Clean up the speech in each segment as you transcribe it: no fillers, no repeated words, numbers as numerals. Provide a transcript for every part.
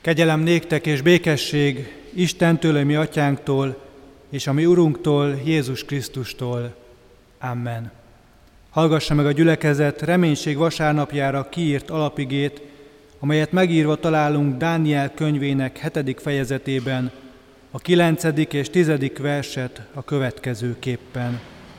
Kegyelem néktek és békesség Istentől, a mi atyánktól, és a mi Urunktól, Jézus Krisztustól. Amen. Hallgassa meg a gyülekezet reménység vasárnapjára kiírt alapigét, amelyet megírva találunk Dániel könyvének 7. fejezetében, a 9. és 10. verset a következőképpen.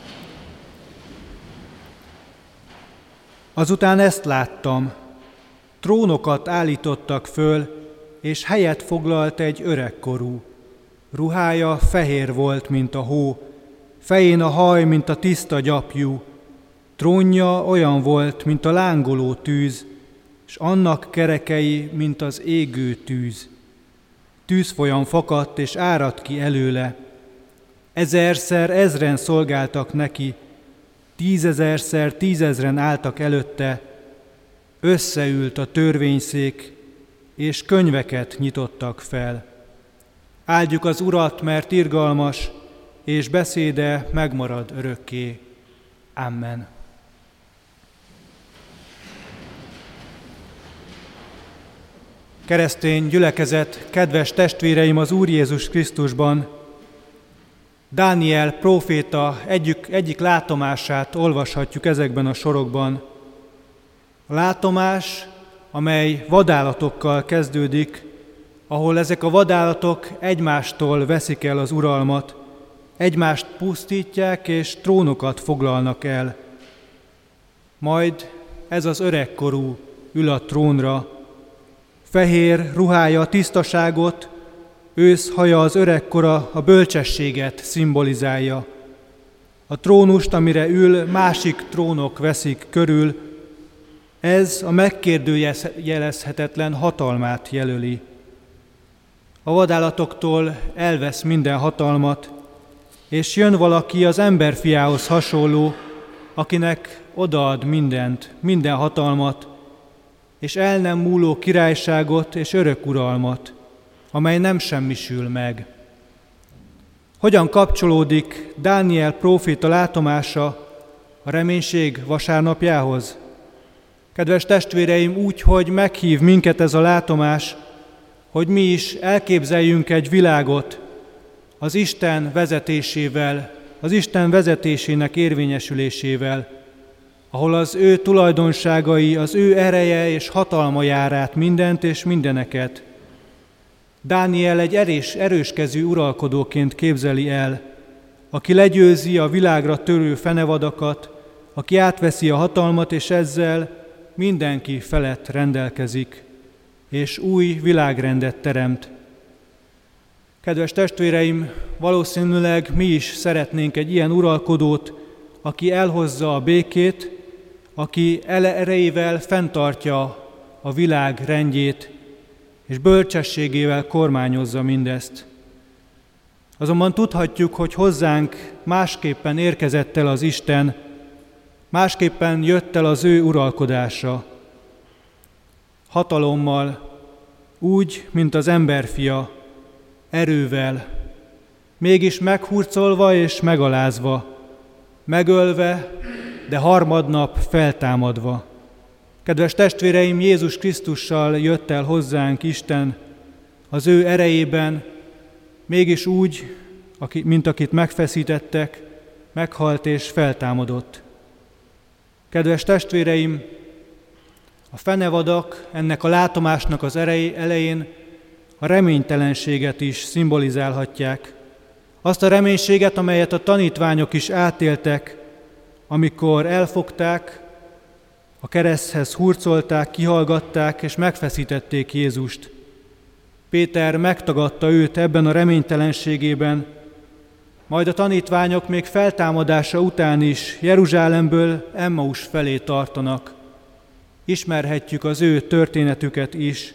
Azután ezt láttam, trónokat állítottak föl, és helyet foglalt egy öregkorú. Ruhája fehér volt, mint a hó, fején a haj, mint a tiszta gyapjú, trónja olyan volt, mint a lángoló tűz, és annak kerekei, mint az égő tűz. Tűzfolyam fakadt, és áradt ki előle. 1000-szer 1000 szolgáltak neki, 10 000-szer 10 000 álltak előtte. Összeült a törvényszék, és könyveket nyitottak fel. Áldjuk az Urat, mert irgalmas, és beszéde megmarad örökké. Amen. Keresztény gyülekezet, kedves testvéreim az Úr Jézus Krisztusban, Dániel próféta egyik látomását olvashatjuk ezekben a sorokban. A látomás, amely vadállatokkal kezdődik, ahol ezek a vadállatok egymástól veszik el az uralmat, egymást pusztítják és trónokat foglalnak el. Majd ez az öregkorú ül a trónra, fehér ruhája a tisztaságot, őszhaja az öregkora a bölcsességet szimbolizálja. A trónust, amire ül, másik trónok veszik körül, ez a megkérdőjelezhetetlen hatalmát jelöli. A vadállatoktól elvesz minden hatalmat, és jön valaki az emberfiához hasonló, akinek odaad mindent, minden hatalmat, és el nem múló királyságot és örök uralmat, amely nem semmisül meg. Hogyan kapcsolódik Dániel próféta látomása a reménység vasárnapjához? Kedves testvéreim, úgy, hogy meghív minket ez a látomás, hogy mi is elképzeljünk egy világot az Isten vezetésével, az Isten vezetésének érvényesülésével, ahol az ő tulajdonságai, az ő ereje és hatalma jár át mindent és mindeneket. Dániel egy erőskezű uralkodóként képzeli el, aki legyőzi a világra törő fenevadakat, aki átveszi a hatalmat, és ezzel mindenki felett rendelkezik, és új világrendet teremt. Kedves testvéreim, valószínűleg mi is szeretnénk egy ilyen uralkodót, aki elhozza a békét, aki erejével fenntartja a világ rendjét, és bölcsességével kormányozza mindezt. Azonban tudhatjuk, hogy hozzánk másképpen érkezett el az Isten, másképpen jött el az ő uralkodása. Hatalommal, úgy, mint az emberfia, erővel, mégis meghurcolva és megalázva, megölve, de harmadnap feltámadva. Kedves testvéreim, Jézus Krisztussal jött el hozzánk Isten az ő erejében, mégis úgy, mint akit megfeszítettek, meghalt és feltámadott. Kedves testvéreim, a fenevadak ennek a látomásnak az elején a reménytelenséget is szimbolizálhatják. Azt a reménységet, amelyet a tanítványok is átéltek, amikor elfogták, a kereszthez hurcolták, kihallgatták és megfeszítették Jézust. Péter megtagadta őt ebben a reménytelenségében, majd a tanítványok még feltámadása után is Jeruzsálemből Emmaus felé tartanak. Ismerhetjük az ő történetüket is.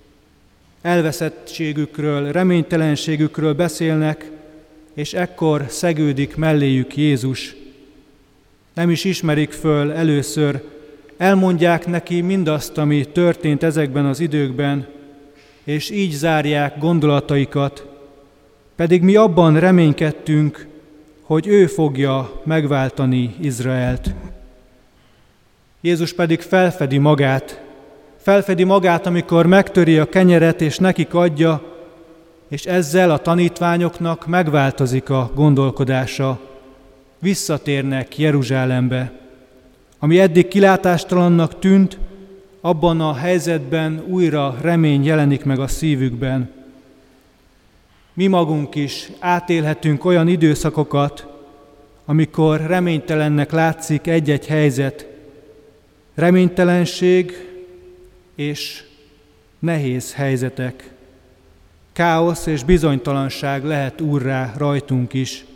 Elveszettségükről, reménytelenségükről beszélnek, és ekkor szegődik melléjük Jézus. Nem is ismerik föl először, elmondják neki mindazt, ami történt ezekben az időkben, és így zárják gondolataikat, pedig mi abban reménykedtünk, hogy ő fogja megváltani Izraelt. Jézus pedig felfedi magát, felfedi magát, amikor megtöri a kenyeret és nekik adja, és ezzel a tanítványoknak megváltozik a gondolkodása. Visszatérnek Jeruzsálembe. Ami eddig kilátástalannak tűnt, abban a helyzetben újra remény jelenik meg a szívükben. Mi magunk is átélhetünk olyan időszakokat, amikor reménytelennek látszik egy-egy helyzet. Reménytelenség és nehéz helyzetek. Káosz és bizonytalanság lehet úrrá rajtunk is.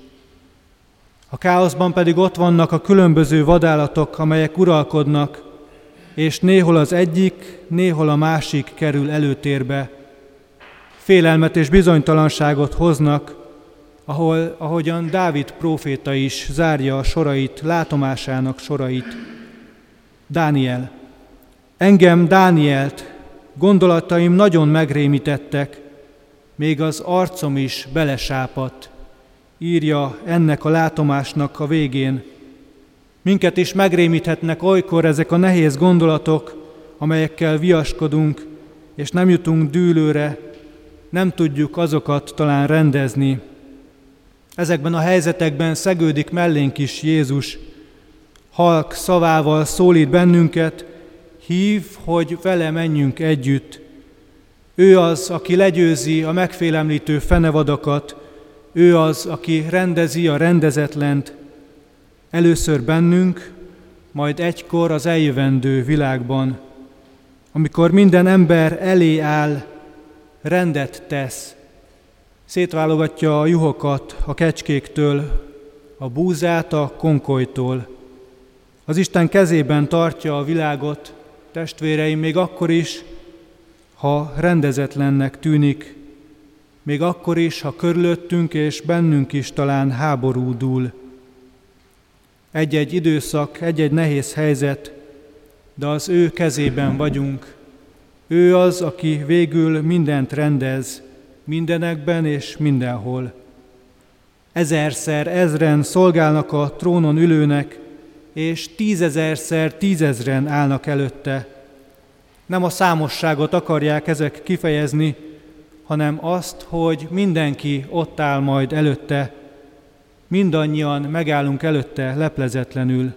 A káoszban pedig ott vannak a különböző vadállatok, amelyek uralkodnak, és néhol az egyik, néhol a másik kerül előtérbe. Félelmet és bizonytalanságot hoznak, ahogyan Dávid próféta is zárja a sorait, látomásának sorait. Dániel. Engem, Dánielt, gondolataim nagyon megrémítettek, még az arcom is belesápadt, írja ennek a látomásnak a végén. Minket is megrémíthetnek olykor ezek a nehéz gondolatok, amelyekkel viaskodunk, és nem jutunk dűlőre, nem tudjuk azokat talán rendezni. Ezekben a helyzetekben szegődik mellénk is Jézus, halk szavával szólít bennünket, hív, hogy vele menjünk együtt. Ő az, aki legyőzi a megfélemlítő fenevadakat, ő az, aki rendezi a rendezetlent, először bennünk, majd egykor az eljövendő világban, amikor minden ember elé áll, rendet tesz, szétválogatja a juhokat a kecskéktől, a búzát a konkolytól. Az Isten kezében tartja a világot, testvéreim, még akkor is, ha rendezetlennek tűnik, még akkor is, ha körülöttünk és bennünk is talán háború dúl. Egy-egy időszak, egy-egy nehéz helyzet, de az ő kezében vagyunk. Ő az, aki végül mindent rendez, mindenekben és mindenhol. Ezerszer ezren szolgálnak a trónon ülőnek, és 10 000-szer 10 000-en állnak előtte. Nem a számosságot akarják ezek kifejezni, hanem azt, hogy mindenki ott áll majd előtte, mindannyian megállunk előtte leplezetlenül.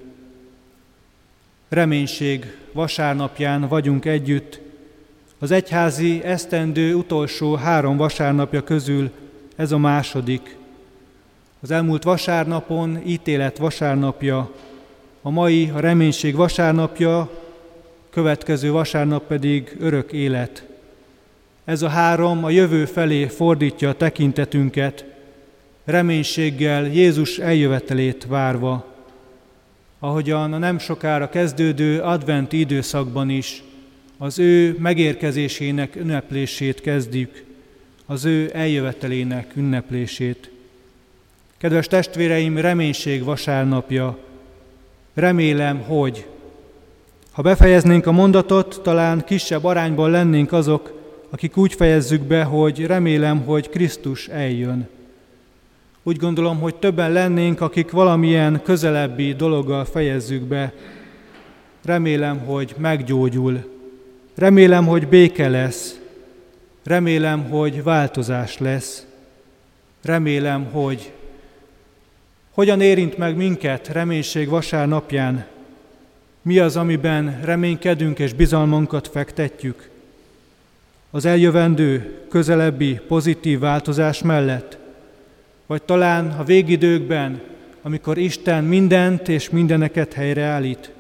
Reménység vasárnapján vagyunk együtt, az egyházi esztendő utolsó 3 vasárnapja közül ez a második. Az elmúlt vasárnapon ítélet vasárnapja, a mai a reménység vasárnapja, következő vasárnap pedig örök élet. Ez a 3 a jövő felé fordítja a tekintetünket, reménységgel Jézus eljövetelét várva, ahogyan a nem sokára kezdődő adventi időszakban is az ő megérkezésének ünneplését kezdjük, az ő eljövetelének ünneplését. Kedves testvéreim, reménység vasárnapja. Remélem, hogy ha befejeznénk a mondatot, talán kisebb arányban lennénk azok, akik úgy fejezzük be, hogy remélem, hogy Krisztus eljön. Úgy gondolom, hogy többen lennénk, akik valamilyen közelebbi dologgal fejezzük be. Remélem, hogy meggyógyul. Remélem, hogy béke lesz. Remélem, hogy változás lesz. Remélem, hogy hogyan érint meg minket reménység vasárnapján. Mi az, amiben reménykedünk és bizalmunkat fektetjük? Az eljövendő, közelebbi, pozitív változás mellett? Vagy talán a végidőkben, amikor Isten mindent és mindeneket helyreállít?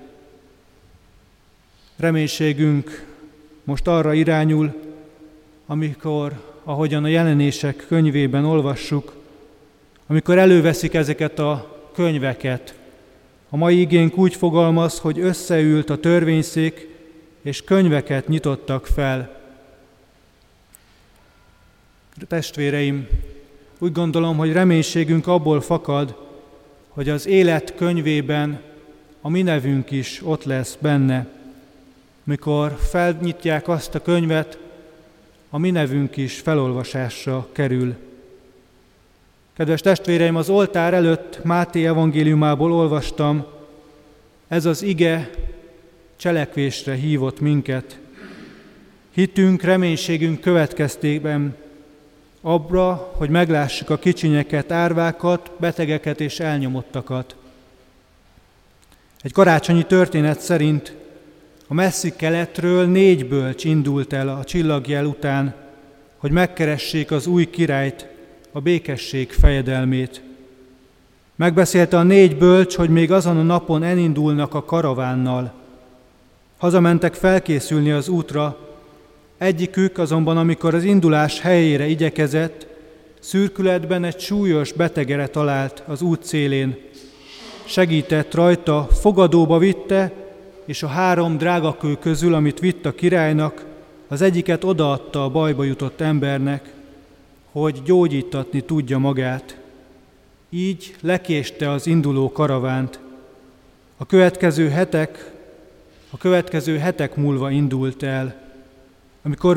Reménységünk most arra irányul, amikor, ahogyan a Jelenések könyvében olvassuk, amikor előveszik ezeket a könyveket. A mai igénk úgy fogalmaz, hogy összeült a törvényszék, és könyveket nyitottak fel. Testvéreim, úgy gondolom, hogy reménységünk abból fakad, hogy az élet könyvében a mi nevünk is ott lesz benne. Mikor felnyitják azt a könyvet, a mi nevünk is felolvasásra kerül. Kedves testvéreim, az oltár előtt Máté evangéliumából olvastam, ez az ige cselekvésre hívott minket. Hitünk, reménységünk következtében abra, hogy meglássuk a kicsinyeket, árvákat, betegeket és elnyomottakat. Egy karácsonyi történet szerint a messzi keletről 4 bölcs indult el a csillagjel után, hogy megkeressék az új királyt, a békesség fejedelmét. Megbeszélte a 4 bölcs, hogy még azon a napon elindulnak a karavánnal. Hazamentek felkészülni az útra, egyikük azonban, amikor az indulás helyére igyekezett, szürkületben egy súlyos betegre talált az út szélén. Segített rajta, fogadóba vitte, és a 3 drágakő közül, amit vitt a királynak, az egyiket odaadta a bajba jutott embernek, hogy gyógyítatni tudja magát. Így lekéste az induló karavánt. A következő hetek múlva indult el. Amikor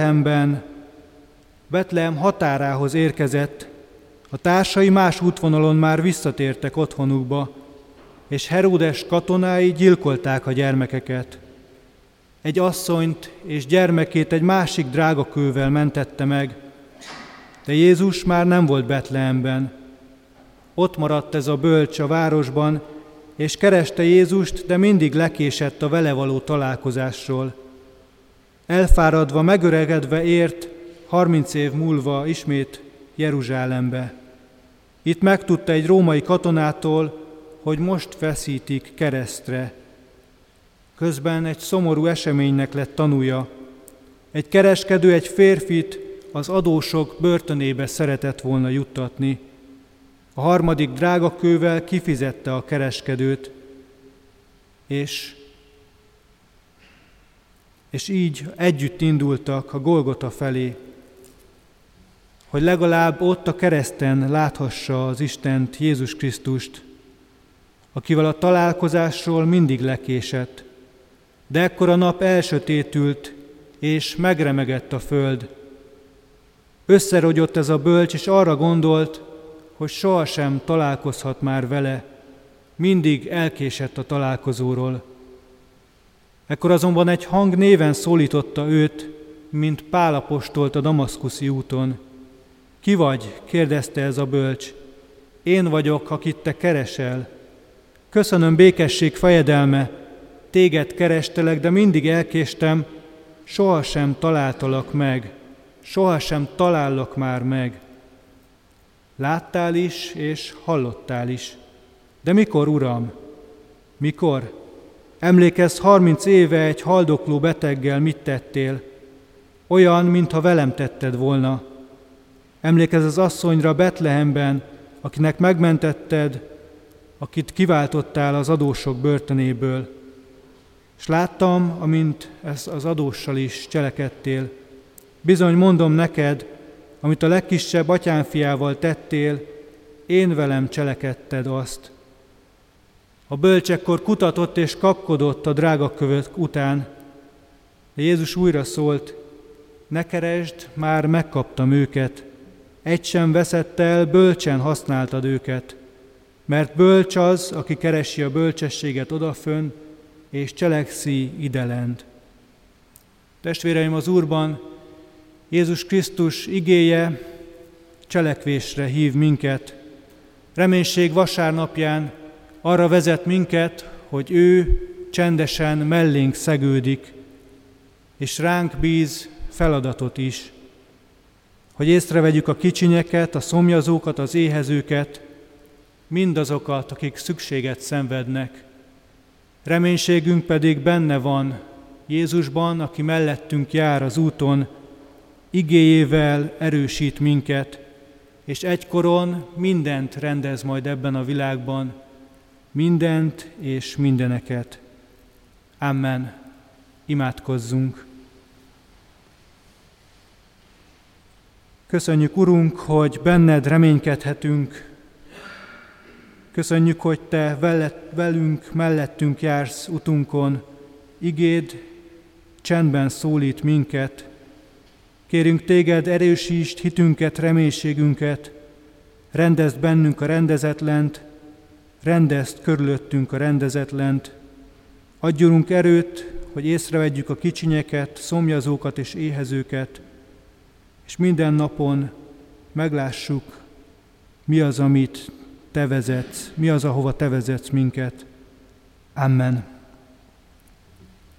Betlehem határához érkezett, a társai más útvonalon már visszatértek otthonukba, és Heródes katonái gyilkolták a gyermekeket. Egy asszonyt és gyermekét egy másik drágakővel mentette meg, de Jézus már nem volt Betlehemben. Ott maradt ez a bölcs a városban, és kereste Jézust, de mindig lekésett a vele való találkozásról. Elfáradva, megöregedve ért 30 év múlva ismét Jeruzsálembe. Itt megtudta egy római katonától, hogy most feszítik keresztre. Közben egy szomorú eseménynek lett tanúja. Egy kereskedő egy férfit az adósok börtönébe szeretett volna juttatni. A 3. drágakővel kifizette a kereskedőt, és így együtt indultak a Golgota felé, hogy legalább ott a kereszten láthassa az Istent, Jézus Krisztust, akivel a találkozásról mindig lekésett. De ekkor a nap elsötétült, és megremegett a föld. Összerogyott ez a bölcs, és arra gondolt, hogy sohasem találkozhat már vele, mindig elkésett a találkozóról. Ekkor azonban egy hang néven szólította őt, mint Pál apostolt a damaszkuszi úton. Ki vagy? Kérdezte ez a bölcs. Én vagyok, akit te keresel. Köszönöm, békesség fejedelme, téged kerestelek, de mindig elkéstem, sohasem találtalak meg, sohasem talállak már meg. Láttál is, és hallottál is. De mikor, Uram? Mikor? Emlékezz, 30 éve egy haldokló beteggel mit tettél? Olyan, mintha velem tetted volna. Emlékezz az asszonyra Betlehemben, akinek megmentetted, akit kiváltottál az adósok börtönéből. És láttam, amint ezt az adóssal is cselekedtél. Bizony mondom neked, amit a legkisebb atyánfiával tettél, én velem cselekedted azt. A bölcs ekkor kutatott és kapkodott a drágakövök után, de Jézus újra szólt, ne keresd, már megkaptam őket, egy sem veszett el, bölcsen használtad őket, mert bölcs az, aki keresi a bölcsességet odafönn, és cselekszi idelent. Testvéreim az Úrban, Jézus Krisztus igéje cselekvésre hív minket. Reménység vasárnapján arra vezet minket, hogy ő csendesen mellénk szegődik, és ránk bíz feladatot is, hogy észrevegyük a kicsinyeket, a szomjazókat, az éhezőket, mindazokat, akik szükséget szenvednek. Reménységünk pedig benne van Jézusban, aki mellettünk jár az úton, igéjével erősít minket, és egykoron mindent rendez majd ebben a világban, mindent és mindeneket. Amen. Imádkozzunk. Köszönjük, Urunk, hogy benned reménykedhetünk. Köszönjük, hogy te velünk, mellettünk jársz utunkon. Igéd csendben szólít minket. Kérünk téged, erősítsd hitünket, reménységünket, rendezd bennünk a rendezetlent, rendezd körülöttünk a rendezetlent. Adjunk erőt, hogy észrevegyük a kicsinyeket, szomjazókat és éhezőket, és minden napon meglássuk, mi az, amit Te vezetsz, mi az, ahova Te vezetsz minket. Amen.